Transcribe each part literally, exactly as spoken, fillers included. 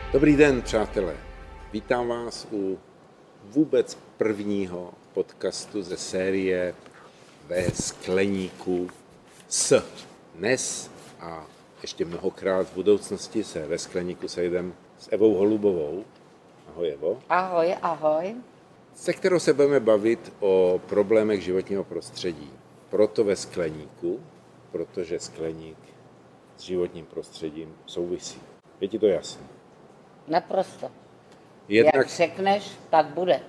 Dobrý den, přátelé. Vítám vás u vůbec prvního podcastu ze série Ve skleníku s. Dnes a ještě mnohokrát v budoucnosti se ve skleníku sejdem s Evou Holubovou. Ahoj, Evo. Ahoj, ahoj. Se kterou se budeme bavit o problémech životního prostředí. Proto ve skleníku, protože skleník s životním prostředím souvisí. Je ti to jasné? Naprosto. Jednak, Jak řekneš, tak bude.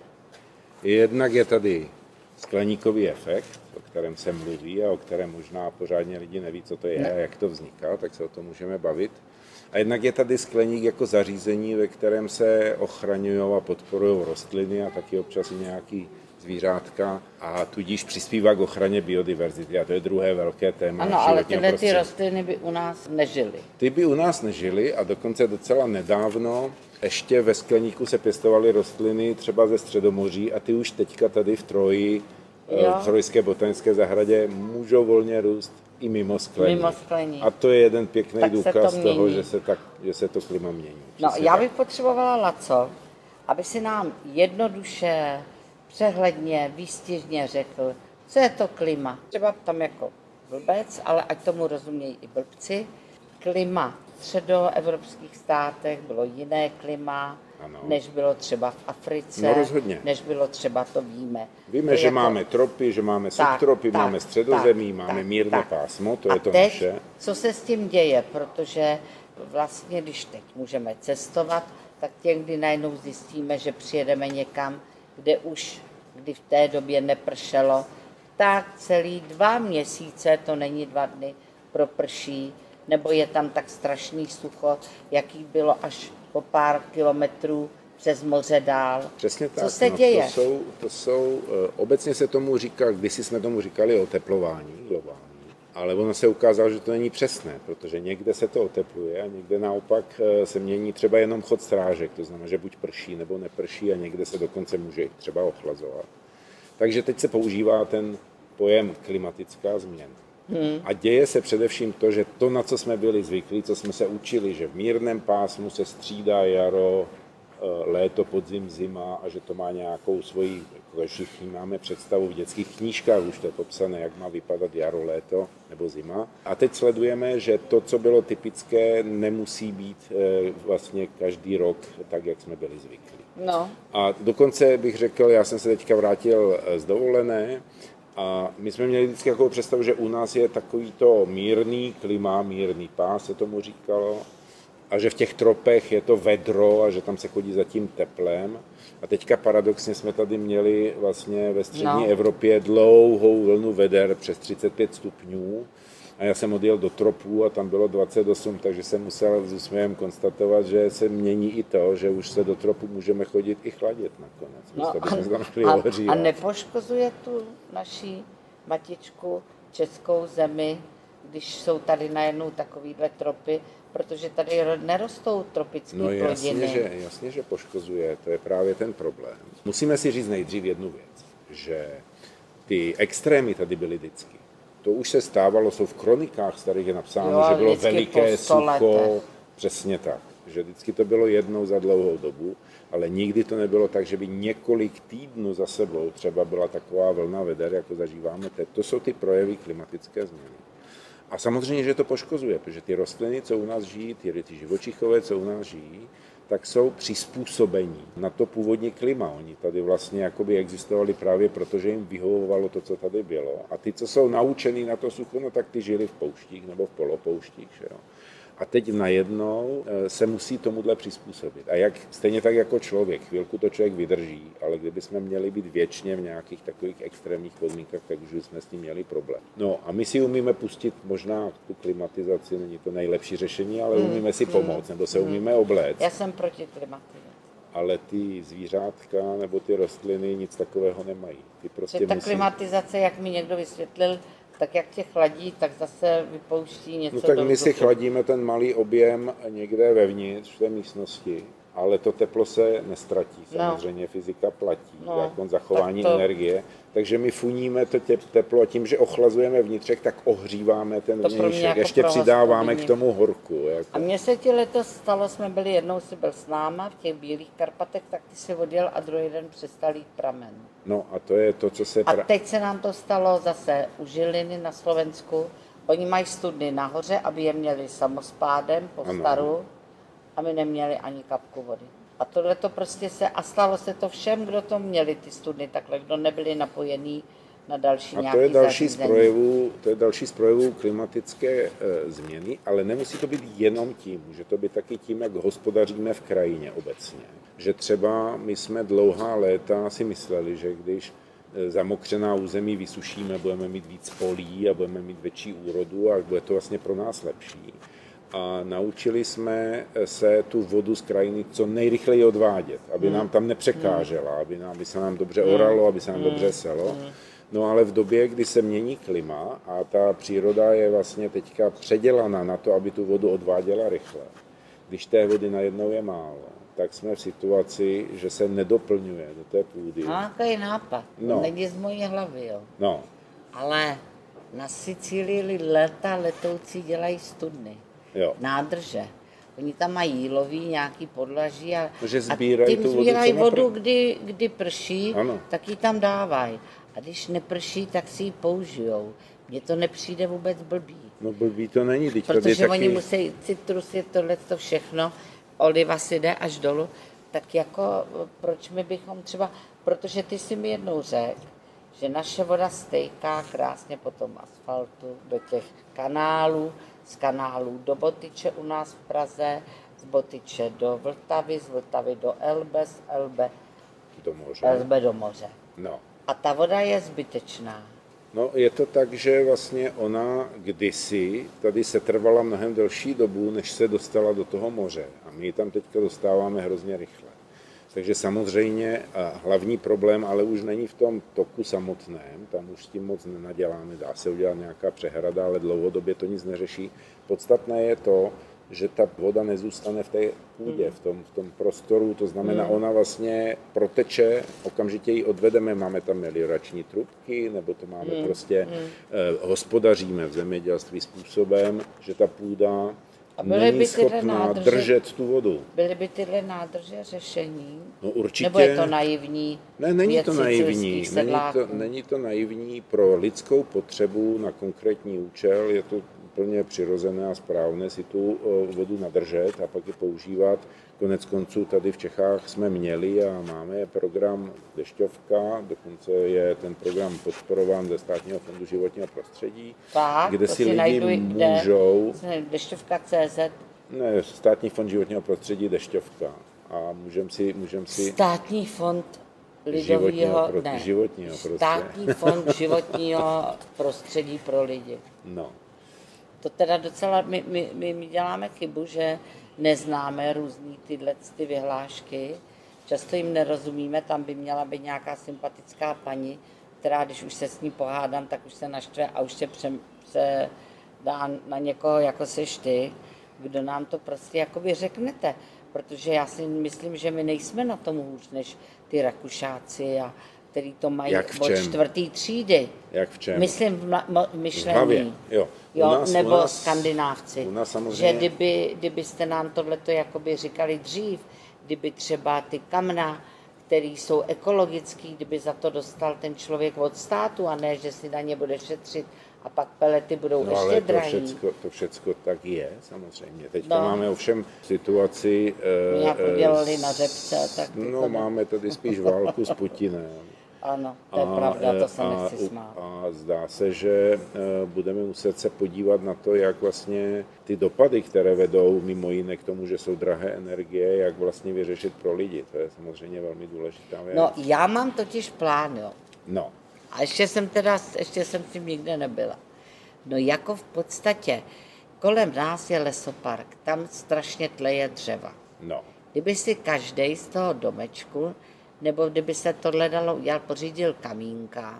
Jednak je tady skleníkový efekt, o kterém se mluví a o kterém možná pořádně lidi neví, co to je ne. a jak to vzniká, tak se o tom můžeme bavit. A jednak je tady skleník jako zařízení, ve kterém se ochraňují a podporují rostliny a taky občas i nějaký zvířátka a tudíž přispívá k ochraně biodiverzity. A to je druhé velké téma. Ano, ale tyhle ty rostliny by u nás nežily. Ty by u nás nežily a dokonce docela nedávno ještě ve skleníku se pěstovaly rostliny třeba ze Středomoří a ty už teďka tady v Troji, jo. v Trojské botanické zahradě můžou volně růst i mimo skleník. Mimo skleník. A to je jeden pěkný tak důkaz to toho, že se, tak, že se to klima mění. No, Přesně já tak. bych potřebovala, Laco, aby si nám jednoduše, přehledně, výstižně řekl, co je to klima. Třeba tam jako blbec, ale ať tomu rozumějí i blbci. Klima v středoevropských státech bylo jiné klima, ano. než bylo třeba v Africe, no, rozhodně. než bylo třeba, to víme. Víme, to že jako... máme tropy, že máme tak, subtropy, tak, máme středozemí, tak, máme tak, mírné tak. pásmo, to A je to teď, naše. Co se s tím děje, protože vlastně, když teď můžeme cestovat, tak někdy najednou zjistíme, že přijedeme někam, kde už, kdy v té době nepršelo, tak celý dva měsíce, to není dva dny, proprší, nebo je tam tak strašný sucho, jaký bylo až po pár kilometrů přes moře dál. Přesně tak. Co se no, děje? To jsou, to jsou, obecně se tomu říká, kdysi jsme tomu říkali oteplování globální, ale ono se ukázalo, že to není přesné, protože někde se to otepluje a někde naopak se mění třeba jenom chod strážek, to znamená, že buď prší nebo neprší a někde se dokonce může třeba ochlazovat. Takže teď se používá ten pojem klimatická změna. Hmm. A děje se především to, že to, na co jsme byli zvyklí, co jsme se učili, že v mírném pásmu se střídá jaro, léto, podzim, zima a že to má nějakou svoji, jako všichni máme představu v dětských knížkách, už to je popsané, jak má vypadat jaro, léto nebo zima. A teď sledujeme, že to, co bylo typické, nemusí být vlastně každý rok tak, jak jsme byli zvyklí. No. A dokonce bych řekl, já jsem se teďka vrátil z dovolené, a my jsme měli vždycky takovou představu, že u nás je takovýto mírný klima, mírný pás, se tomu říkalo, a že v těch tropech je to vedro a že tam se chodí za tím teplem. A teďka paradoxně jsme tady měli vlastně ve střední no. Evropě dlouhou vlnu veder přes třicet pět stupňů. A já jsem odjel do tropů a tam bylo dvacet osm, takže jsem musel s úsměvem konstatovat, že se mění i to, že už se do tropu můžeme chodit i chladit nakonec. No, a, a, a nepoškozuje tu naši matičku českou zemi, když jsou tady najednou takovýhle tropy, protože tady nerostou tropické no, plodiny. Jasně že, jasně, že poškozuje, to je právě ten problém. Musíme si říct nejdřív jednu věc, že ty extrémy tady byly vždycky. To už se stávalo, jsou v kronikách starých je napsáno, jo, že bylo veliké sucho, přesně tak, že vždycky to bylo jednou za dlouhou dobu, ale nikdy to nebylo tak, že by několik týdnů za sebou třeba byla taková vlna veder, jako zažíváme teď. To jsou ty projevy klimatické změny. A samozřejmě, že to poškozuje, protože ty rostliny, co u nás žijí, ty, ty živočichové, co u nás žijí, tak jsou přizpůsobení na to původní klima. Oni tady vlastně jakoby existovali právě proto, že jim vyhovovalo to, co tady bylo. A ty, co jsou naučený na to sucho, no tak ty žili v pouštích nebo v polopouštích. Že jo? A teď najednou se musí tomuhle přizpůsobit. A jak, stejně tak jako člověk, chvilku to člověk vydrží, ale kdybychom měli být věčně v nějakých takových extrémních podmínkách, tak už jsme s tím měli problém. No a my si umíme pustit možná tu klimatizaci, není to nejlepší řešení, ale umíme mm, si pomoct, nebo se umíme obléct. Já jsem proti klimatizaci. Ale ty zvířátka nebo ty rostliny nic takového nemají. Ty prostě že ta musí... klimatizace, jak mi někdo vysvětlil, tak jak tě chladí, tak zase vypouští něco No tak do my si vzduchu. chladíme ten malý objem někde vevnitř v té místnosti a ale to teplo se nestratí. Samozřejmě no. Fyzika platí, no, zákon zachování to... energie. Takže my funíme to teplo a tím, že ochlazujeme vnitřek, tak ohříváme ten vnějšek. Jako ještě přidáváme k tomu horku. Jako. A mně se ti letos stalo, jsme byli, jednou si byl s náma v těch Bílých Karpatech, tak ty si odjel a druhý den přestal jít pramen. No a to je to, co se... A teď se nám to stalo zase u Žiliny na Slovensku. Oni mají studny nahoře, aby je měli samospádem po staru a my neměli ani kapku vody. A tohle to prostě se, a stalo se to všem, kdo to měli ty studny, takhle, kdo nebyli napojení na další nějaký zařízení. A to je další z projevů, to je další z projevů klimatické e, změny, ale nemusí to být jenom tím, může to být taky tím, jak hospodaříme v krajině obecně. Že třeba my jsme dlouhá léta si mysleli, že když zamokřená území vysušíme, budeme mít víc polí a budeme mít větší úrodu a bude to vlastně pro nás lepší. A naučili jsme se tu vodu z krajiny co nejrychleji odvádět, aby nám tam nepřekážela, aby, nám, aby se nám dobře oralo, aby se nám dobře selo. No ale v době, kdy se mění klima a ta příroda je vlastně teďka předělaná na to, aby tu vodu odváděla rychle, když té vody najednou je málo, tak jsme v situaci, že se nedoplňuje do té půdy. No, takový nápad. No. Není z mojí hlavy, jo. No. Ale na Sicílii léta letoucí dělají studny. Jo. Nádrže. Oni tam mají jílový, nějaký podlaží a, že sbírají a tím sbírají vodu, kdy, kdy prší, ano. Tak ji tam dávají. A když neprší, tak si ji použijou. Mně to nepřijde vůbec blbý. No blbý to není. Protože taky... oni musí citrusy, tohleto všechno, oliva si jde až dolů, tak jako proč my bychom třeba, protože ty si mi jednou řekl, že naše voda stejká krásně po tom asfaltu do těch kanálů, z kanálů do Botyče u nás v Praze, z Botyče do Vltavy, z Vltavy do Elbe, z Elbe do moře. Elbe do moře. No. A ta voda je zbytečná. No je to tak, že vlastně ona kdysi tady se trvala mnohem delší dobu, než se dostala do toho moře. A my ji tam teďka dostáváme hrozně rychle. Takže samozřejmě hlavní problém ale už není v tom toku samotném, tam už s tím moc nenaděláme, dá se udělat nějaká přehrada, ale dlouhodobě to nic neřeší. Podstatné je to, že ta voda nezůstane v té půdě, v tom, v tom prostoru, to znamená, ona vlastně proteče, okamžitě ji odvedeme, máme tam meliorační trubky, nebo to máme mm. prostě, mm. Eh, hospodaříme v zemědělství způsobem, že ta půda není by schopná nádrže, držet tu vodu. Byly by tyhle nádrže řešení? No určitě. Nebo je to naivní? Ne, není to naivní. Není to, není to naivní pro lidskou potřebu na konkrétní účel. Je to úplně přirozené a správné si tu vodu nadržet a pak ji používat. Konec konců tady v Čechách jsme měli a máme program Dešťovka, dokonce je ten program podporován ze Státního fondu životního prostředí, tak, kde si, si lidi najdu, můžou... Dešťovka tečka cé zet Ne, Státní fond životního prostředí Dešťovka. A můžem si, můžem si... Státní fond lidového... Pro, ne, životního prostředí. Státní fond životního prostředí pro lidi. No. To teda docela, my, my, my děláme chybu, že neznáme různý tyhle ty vyhlášky, často jim nerozumíme, tam by měla být nějaká sympatická paní, která, když už se s ní pohádám, tak už se naštve a už se pře, pře dá na někoho, jako seš ty, kdo nám to prostě jakoby řeknete, protože já si myslím, že my nejsme na tom hůř, než ty Rakušáci, a který to mají od čtvrtý třídy. Jak v čem? Myslím v, ma- v myšlení. V hlavě, jo. Jo, nás, nebo nás, Skandinávci. samozřejmě... Že kdyby, kdybyste nám tohleto jakoby říkali dřív, kdyby třeba ty kamna, které jsou ekologický, kdyby za to dostal ten člověk od státu, a ne, že si na ně bude šetřit a pak pelety budou no, ještě drahý. To všecko, to všecko tak je, samozřejmě. Teďka no. máme ovšem situaci... My jak udělali na řepce, tak... No, to máme tady spíš válku s Putinem. Ano, to je a, pravda, to se nechci smát. A zdá se, že budeme muset se podívat na to, jak vlastně ty dopady, které vedou mimo jiné k tomu, že jsou drahé energie, jak vlastně vyřešit pro lidi. To je samozřejmě velmi důležitá věc. No, já mám totiž plán, jo. No. A ještě jsem teda, ještě jsem s tím nikde nebyla. No jako v podstatě, kolem nás je lesopark, tam strašně tleje dřeva. No. Kdyby si každej z toho domečku, nebo kdyby se tohle dalo udělat, pořídil kamínka,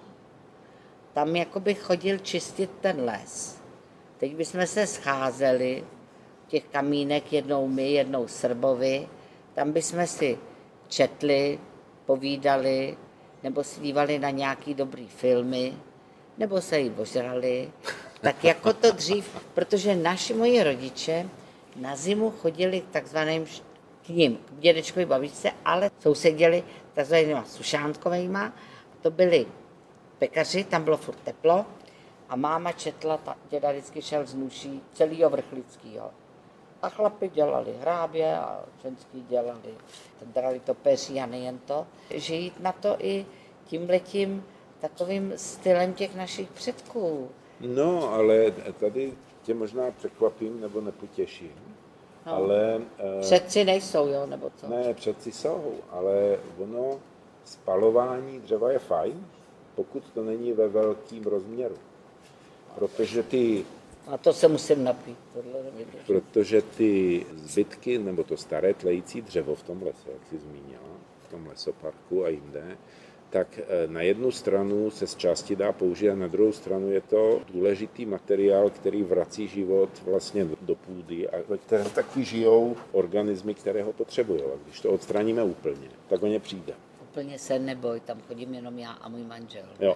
tam jakoby chodil čistit ten les. Teď bychom se scházeli, těch kamínek, jednou my, jednou Srbovi, tam bychom si četli, povídali, nebo si dívali na nějaký dobrý filmy, nebo se jí ožrali. Tak jako to dřív, protože naši moji rodiče na zimu chodili k takzvaným k ním, k dědečkovi babičce, ale sousedili takzvanýma sušánkovejma. To byli pekaři, tam bylo furt teplo a máma četla, ta děda vždycky šel z nůší celýho Vrchlickýho. A chlapi dělali hrábě a ženský dělali, drali to peří a nejen to. Že jít na to i tímhletím takovým stylem těch našich předků. No, ale tady tě možná překvapím nebo nepotěším. No. Ale, předci nejsou, jo, nebo co? Ne, předci jsou, ale ono, spalování dřeva je fajn, pokud to není ve velkým rozměru. Protože ty A to se musím napít. Tohle nevydržím. Protože ty zbytky, nebo to staré tlející dřevo v tom lese, jak jsi zmínila, v tom lesoparku a jinde, tak na jednu stranu se z části dá použít a na druhou stranu je to důležitý materiál, který vrací život vlastně do půdy a ve kterém taky žijou organismy, které ho potřebují. A když to odstraníme úplně, tak o ně přijde. Úplně se neboj, tam chodím jenom já a můj manžel. Jo.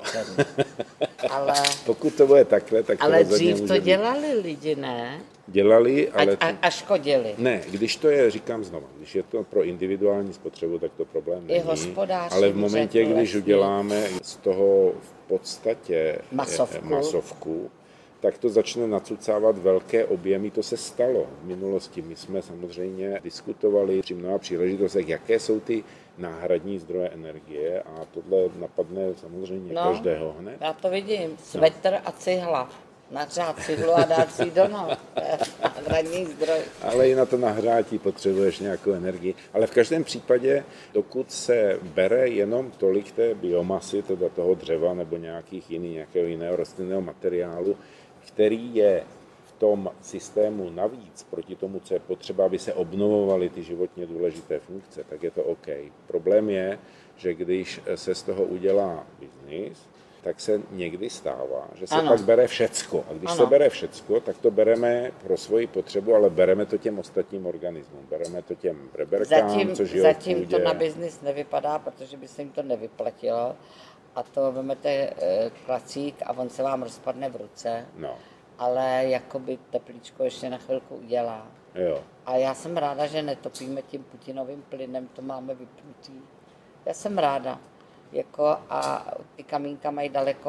Ale, pokud to bude takhle, tak to ale dřív může to být. dělali lidi, ne? Dělali, ale... A, a, a škodili. Ne, když to je, říkám znova, když je to pro individuální spotřebu, tak to problém není. hospodáři Ale v momentě, řekl, když lesní. uděláme z toho v podstatě Masovku. masovku, tak to začne nacucávat velké objemy. To se stalo v minulosti. My jsme samozřejmě diskutovali při mnoha příležitostech, jaké jsou ty náhradní zdroje energie a tohle napadne samozřejmě No, každého hned. Já to vidím. Svetr no. a cihla. Nahřát cihlu a dát si do noh. Náhradní zdroj. Ale i na to nahrátí potřebuješ nějakou energii. Ale v každém případě, dokud se bere jenom tolik té biomasy, teda toho dřeva nebo nějakých jiných, nějakého jiného rostlinného materiálu, který je v tom systému navíc proti tomu, co je potřeba, aby se obnovovaly ty životně důležité funkce, tak je to OK. Problém je, že když se z toho udělá biznis, tak se někdy stává, že se ano. pak bere všecko. A když ano. se bere všecko, tak to bereme pro svoji potřebu, ale bereme to těm ostatním organismům. Bereme to těm reberkám, zatím, co žijou zatím v půdě. to na biznis nevypadá, protože by se jim to nevyplatilo. A to vemete klacík a on se vám rozpadne v ruce. No. Ale jakoby teplíčko ještě na chvilku udělá. Jo. A já jsem ráda, že netopíme tím Putinovým plynem, to máme vypnutý. Já jsem ráda. Jako, a ty kamínka mají daleko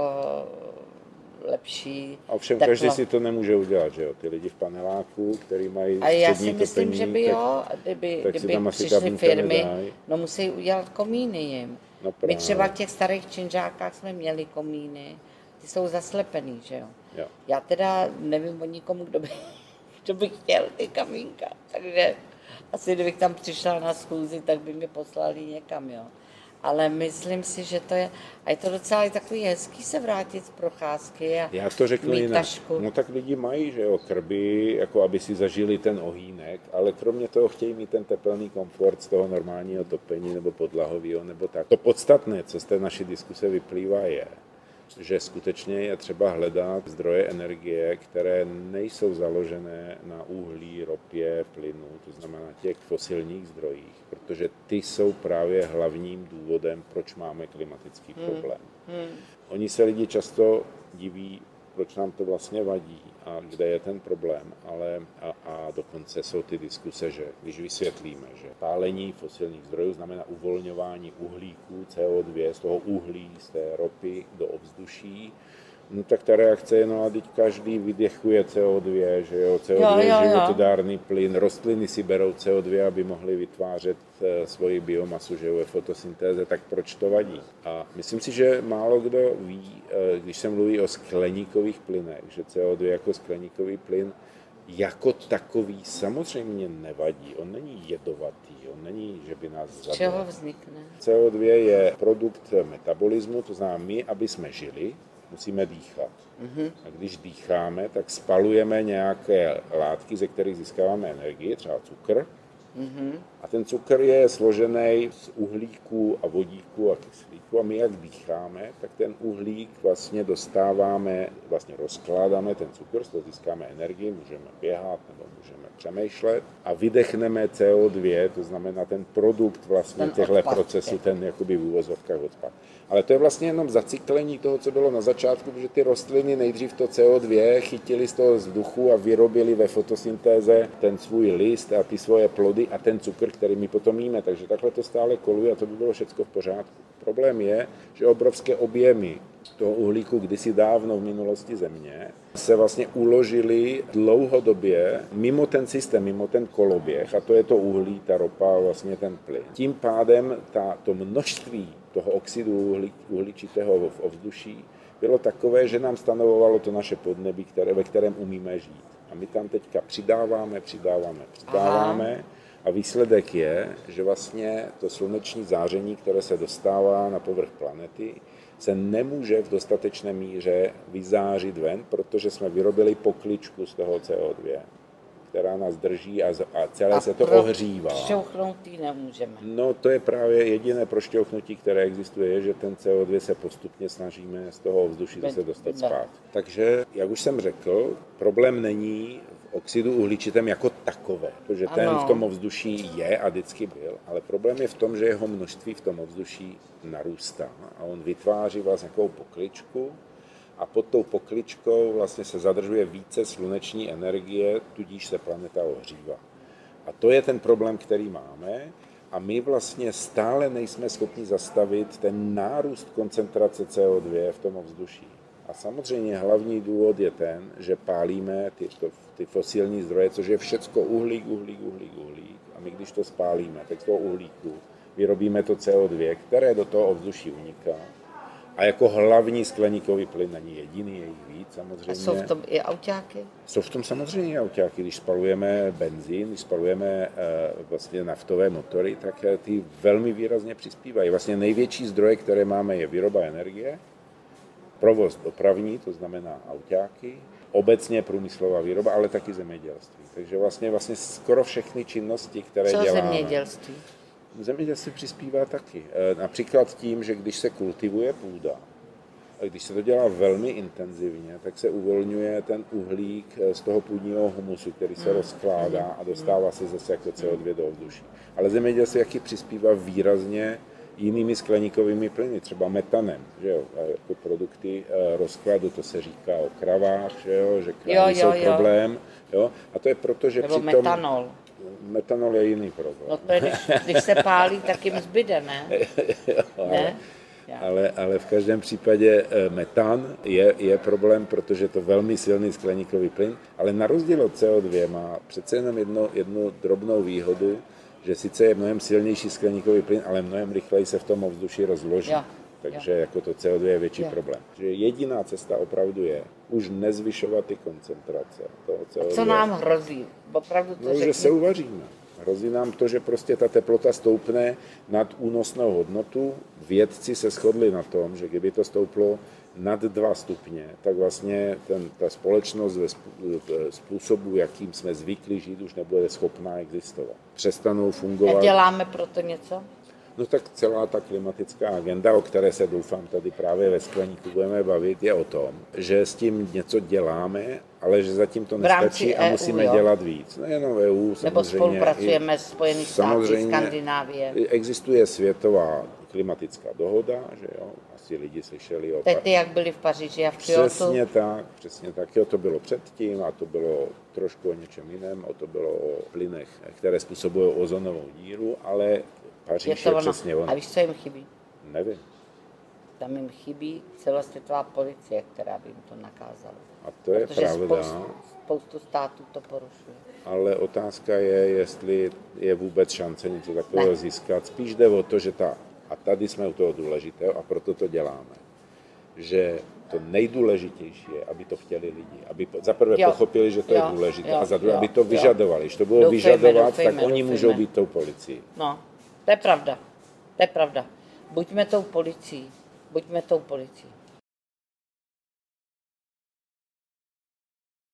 lepší Ovšem teplo. každý si to nemůže udělat, že jo? Ty lidi v paneláku, který mají A já střední si myslím, topení, že by jo, tak, kdyby, tak kdyby přišly firmy, no musí udělat komíny jim. No My třeba v těch starých činžákách jsme měli komíny, ty jsou zaslepený, že jo? Jo. Já teda nevím o nikomu, kdo by, kdo by chtěl ty kamínka, takže asi kdybych tam přišla na schůzi, tak by mě poslali někam, jo. Ale myslím si, že to je, a je to docela i takový hezký se vrátit z procházky a Já to řeknu mít jinak. tašku. No tak lidi mají, že jo, krby, jako aby si zažili ten ohýnek, ale kromě toho chtějí mít ten tepelný komfort z toho normálního topení nebo podlahového, nebo tak. To podstatné, co z té naší diskuse vyplývá, je, že skutečně je třeba hledat zdroje energie, které nejsou založené na uhlí, ropě, plynu, to znamená těch fosilních zdrojích, protože ty jsou právě hlavním důvodem, proč máme klimatický problém. Hmm. Hmm. Oni se lidi často diví, proč nám to vlastně vadí a kde je ten problém, ale a, a dokonce jsou ty diskuse, že když vysvětlíme, že pálení fosilních zdrojů znamená uvolňování uhlíku C O dva z toho uhlí, z té ropy do ovzduší, no tak ta reakce je, no a teď každý vydechuje C O dva, že jo, C O dva jo, jo, je životodárný plyn, rostliny si berou C O dva, aby mohly vytvářet e, svoji biomasu, že jo, ve fotosyntéze, tak proč to vadí? A myslím si, že málo kdo ví, e, když se mluví o skleníkových plynech, že C O dva jako skleníkový plyn jako takový samozřejmě nevadí, on není jedovatý, on není, že by nás zabil. Z čeho vznikne? C O dva je produkt metabolismu, to znamená my, aby jsme žili, musíme dýchat. Mm-hmm. A když dýcháme, tak spalujeme nějaké látky, ze kterých získáváme energii, třeba cukr. Mm-hmm. A ten cukr je složený z uhlíku a vodíku a kyslíku. A my, jak dýcháme, tak ten uhlík vlastně dostáváme, vlastně rozkládáme ten cukr, z toho získáme energii, můžeme běhat nebo můžeme můžeme přemýšlet a vydechneme C O dva, to znamená ten produkt vlastně těchto procesů, ten jakoby v úvozovkách odpad. Ale to je vlastně jenom zacyklení toho, co bylo na začátku, protože ty rostliny nejdřív to C O dva chytili z toho vzduchu a vyrobili ve fotosyntéze ten svůj list a ty svoje plody a ten cukr, který my potom jíme. Takže takhle to stále koluje a to by bylo všechno v pořádku. Problém je, že obrovské objemy toho uhlíku kdysi dávno v minulosti Země se vlastně uložili dlouhodobě mimo ten systém, mimo ten koloběh a to je to uhlí, ta ropa, vlastně ten plyn. Tím pádem ta, to množství toho oxidu uhlí, uhličitého v ovzduší bylo takové, že nám stanovovalo to naše podnebí, které, ve kterém umíme žít. A my tam teďka přidáváme, přidáváme, přidáváme. Aha. A výsledek je, že vlastně to sluneční záření, které se dostává na povrch planety, se nemůže v dostatečné míře vyzářit ven, protože jsme vyrobili pokličku z toho C O dva, která nás drží a, a celé a se to ohřívá. Prošťouchnutí nemůžeme. No to je právě jediné prošťouchnutí, které existuje, je, že ten C O dva se postupně snažíme z toho ovzduší zase dostat zpátky. Takže, jak už jsem řekl, problém není v oxidu uhličitém jako takové, protože ten ano. v tom ovzduší je a vždycky byl, ale problém je v tom, že jeho množství v tom ovzduší narůstá a on vytváří vlastně nějakou pokličku a pod tou pokličkou vlastně se zadržuje více sluneční energie, tudíž se planeta ohřívá. A to je ten problém, který máme a my vlastně stále nejsme schopni zastavit ten nárůst koncentrace C O dva v tom ovzduší. A samozřejmě hlavní důvod je ten, že pálíme ty, to, ty fosilní zdroje, což je všecko uhlík, uhlík, uhlík, uhlík. A my když to spálíme, tak z toho uhlíku vyrobíme to C O dva, které do toho ovzduší uniká. A jako hlavní skleníkový plyn není jediný, je jich víc samozřejmě. A jsou v tom i autáky? Jsou v tom samozřejmě i autáky. Když spalujeme benzín, když spalujeme e, vlastně naftové motory, tak ty velmi výrazně přispívají. Vlastně největší zdroje, které máme, je výroba energie, provoz dopravní, to znamená autáky, obecně průmyslová výroba, ale taky zemědělství. Takže vlastně, vlastně skoro všechny činnosti, které Co děláme. Co zemědělství? Zemědělství přispívá taky. Například tím, že když se kultivuje půda, a když se to dělá velmi intenzivně, tak se uvolňuje ten uhlík z toho půdního humusu, který se mm. rozkládá a dostává se zase jako C O dva do ovzduší. Ale zemědělství taky přispívá výrazně jinými skleníkovými plyny, třeba metanem, že jo, jako produkty rozkladu, to se říká o kravách, že jo, že kravy jsou problém, jo, a to je proto, že nebo přitom... metanol. Metanol je jiný problém. No to je, když, když se pálí, tak jim zbyde, ne? jo, ale, ne? Ale, ale v každém případě metan je, je problém, protože je to velmi silný skleníkový plyn, ale na rozdíl od C O dva má přece jenom jedno, jednu drobnou výhodu, že sice je mnohem silnější skleníkový plyn, ale mnohem rychleji se v tom ovzduší rozloží. Jo. Takže jo. jako to C O dva je větší jo. problém. Že jediná cesta opravdu je už nezvyšovat ty koncentrace toho C O dva. A co nám hrozí? Opravdu to no, řekni... že se uvaříme. Hrozí nám to, že prostě ta teplota stoupne nad únosnou hodnotu. Vědci se shodli na tom, že kdyby to stouplo nad dva stupně, tak vlastně ten, ta společnost ve způsobu, jakým jsme zvykli žít, už nebude schopná existovat. Přestanou fungovat. A děláme proto něco? No tak celá ta klimatická agenda, o které se doufám tady právě ve Skleníku budeme bavit, je o tom, že s tím něco děláme, ale že zatím to nestačí a musíme E U, dělat víc. Nejenom E U, samozřejmě. Nebo spolupracujeme s Spojenými státy, Skandinávie. Existuje světová klimatická dohoda, že jo, asi lidi slyšeli o... Teď ty, jak byli v Paříži a v Kyoto. Přesně tak, přesně tak. Jo, to bylo předtím a to bylo trošku o něčem jiném, o to bylo o plynech, které způsobují ozonovou díru, ale Paříž je, je přesně ono. A víš, co jim chybí? Nevím. Tam jim chybí celosvětová policie, která by jim to nakázala. A to je protože pravda. Spoustu, spoustu států to porušuje. Ale otázka je, jestli je vůbec šance něco takového ne. získat. Spíš jde o to, že ta, a tady jsme u toho důležitého a proto to děláme, že to nejdůležitější je, aby to chtěli lidi. Aby zaprvé pochopili, že to jo, je důležité jo, a za druhé, jo, aby to vyžadovali. Když to bylo doufejme, vyžadovat, doufejme, tak oni doufejme. můžou být tou policií. No, to je pravda. To je pravda. Buďme tou policií. Buďme tou policií.